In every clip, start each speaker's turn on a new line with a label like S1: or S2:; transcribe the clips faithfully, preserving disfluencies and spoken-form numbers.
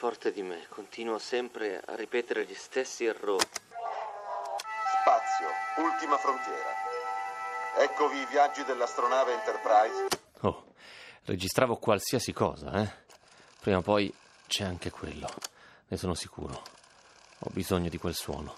S1: forte di me. Continuo sempre a ripetere gli stessi errori.
S2: Spazio, ultima frontiera. Eccovi i viaggi dell'astronave Enterprise.
S3: Oh, registravo qualsiasi cosa, eh? Prima o poi c'è anche quello. Ne sono sicuro. Ho bisogno di quel suono.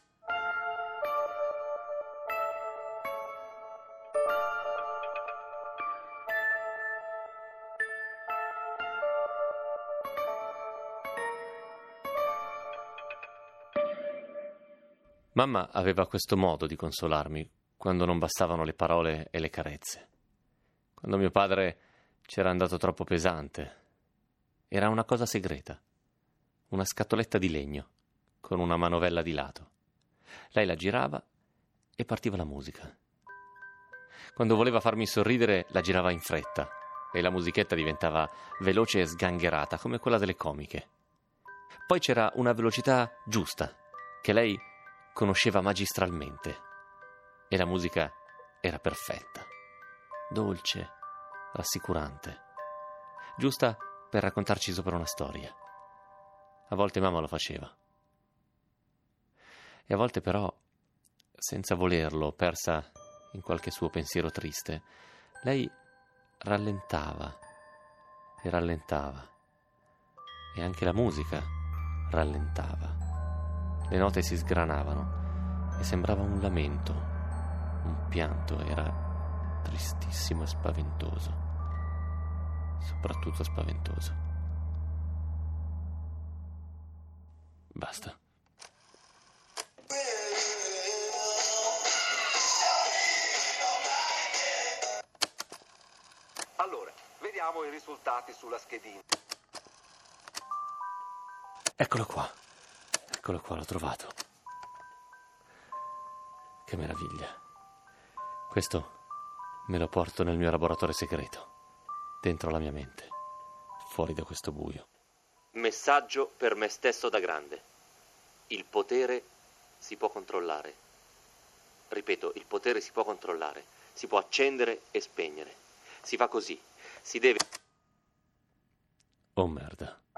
S3: Mamma aveva questo modo di consolarmi quando non bastavano le parole e le carezze. Quando mio padre c'era andato troppo pesante. Era una cosa segreta. Una scatoletta di legno con una manovella di lato. Lei la girava e partiva la musica. Quando voleva farmi sorridere la girava in fretta e la musichetta diventava veloce e sgangherata come quella delle comiche. Poi c'era una velocità giusta che lei conosceva magistralmente e la musica era perfetta, dolce, rassicurante, giusta per raccontarci sopra una storia. A volte mamma lo faceva e a volte però, senza volerlo, persa in qualche suo pensiero triste, lei rallentava e rallentava e anche la musica rallentava. Le note si sgranavano e sembrava un lamento, un pianto, era tristissimo e spaventoso, soprattutto spaventoso. Basta.
S2: Allora, vediamo i risultati sulla schedina.
S3: Eccolo qua. Eccolo qua, l'ho trovato. Che meraviglia. Questo me lo porto nel mio laboratorio segreto, dentro la mia mente, fuori da questo buio.
S1: Messaggio per me stesso da grande. Il potere si può controllare. Ripeto, il potere si può controllare. Si può accendere e spegnere. Si fa così. Si deve...
S3: Oh merda.